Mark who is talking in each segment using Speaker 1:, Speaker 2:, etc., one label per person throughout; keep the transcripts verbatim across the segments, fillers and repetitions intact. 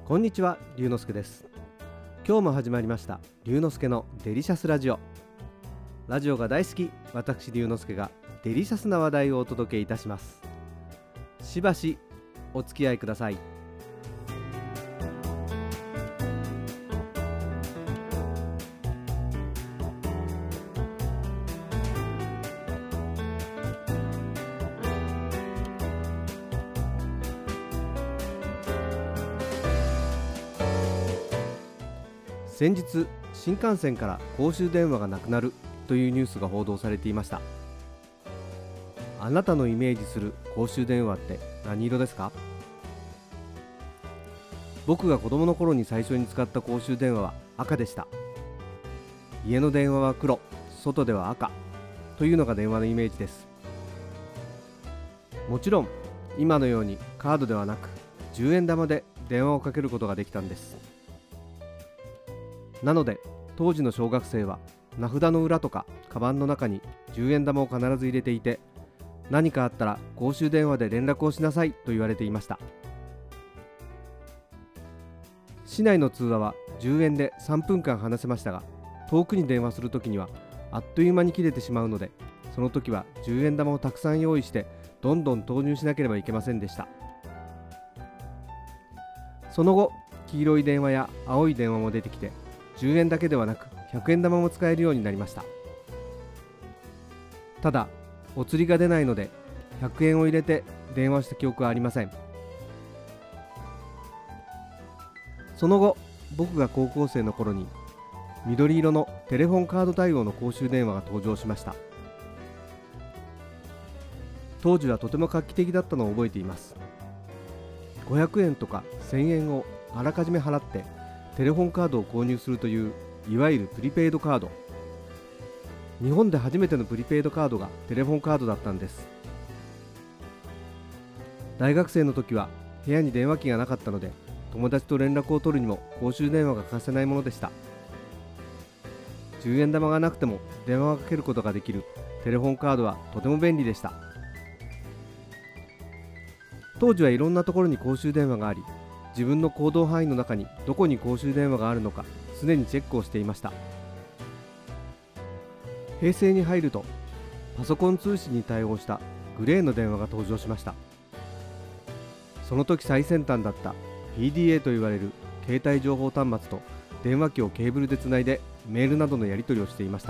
Speaker 1: こんにちは、龍之介です。今日も始まりました龍之介のデリシャスラジオ。ラジオが大好き、私龍之介がデリシャスな話題をお届けいたします。しばしお付き合いください。先日、新幹線から公衆電話がなくなるというニュースが報道されていました。あなたのイメージする公衆電話って何色ですか？僕が子供の頃に最初に使った公衆電話は赤でした。家の電話は黒、外では赤というのが電話のイメージです。もちろん今のようにカードではなくじゅうえん玉で電話をかけることができたんです。なので当時の小学生は名札の裏とかカバンの中にじゅうえん玉を必ず入れていて、何かあったら公衆電話で連絡をしなさいと言われていました。市内の通話はじゅうえんでさんぷんかん話せましたが、遠くに電話するときにはあっという間に切れてしまうので、その時はじゅうえん玉をたくさん用意してどんどん投入しなければいけませんでした。その後、黄色い電話や青い電話も出てきて、じゅうえんだけではなくひゃくえん玉も使えるようになりました。ただお釣りが出ないのでひゃくえんを入れて電話した記憶はありません。その後、僕が高校生の頃に緑色のテレフォンカード対応の公衆電話が登場しました。当時はとても画期的だったのを覚えています。ごひゃくえんとかせんえんをあらかじめ払ってテレフォンカードを購入するという、いわゆるプリペイドカード。日本で初めてのプリペイドカードがテレフォンカードだったんです。大学生の時は部屋に電話機がなかったので、友達と連絡を取るにも公衆電話が欠かせないものでした。じゅうえん玉がなくても電話をかけることができるテレフォンカードはとても便利でした。当時はいろんなところに公衆電話があり、自分の行動範囲の中にどこに公衆電話があるのか常にチェックをしていました。平成に入るとパソコン通信に対応したグレーの電話が登場しました。その時最先端だった ピーディーエー といわれる携帯情報端末と電話機をケーブルでつないでメールなどのやり取りをしていました。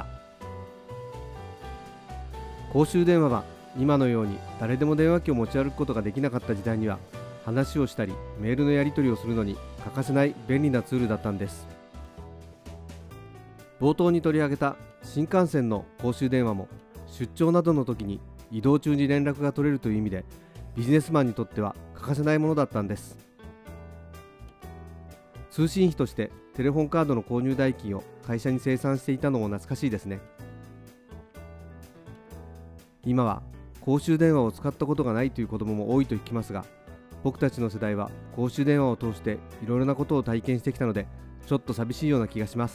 Speaker 1: 公衆電話は今のように誰でも電話機を持ち歩くことができなかった時代には、話をしたりメールのやり取りをするのに欠かせない便利なツールだったんです。冒頭に取り上げた新幹線の公衆電話も、出張などの時に移動中に連絡が取れるという意味でビジネスマンにとっては欠かせないものだったんです。通信費としてテレフォンカードの購入代金を会社に精算していたのも懐かしいですね。今は公衆電話を使ったことがないという子どもも多いと聞きますが、僕たちの世代は公衆電話を通していろいろなことを体験してきたので、ちょっと寂しいような気がします。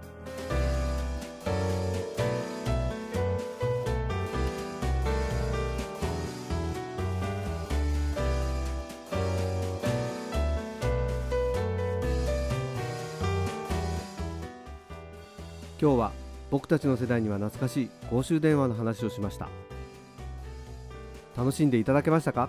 Speaker 1: 今日は僕たちの世代には懐かしい公衆電話の話をしました。楽しんでいただけましたか？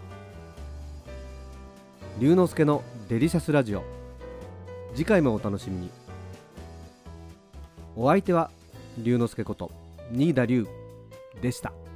Speaker 1: 龍之介のデリシャスラジオ、次回もお楽しみに。お相手は龍之介こと新田龍でした。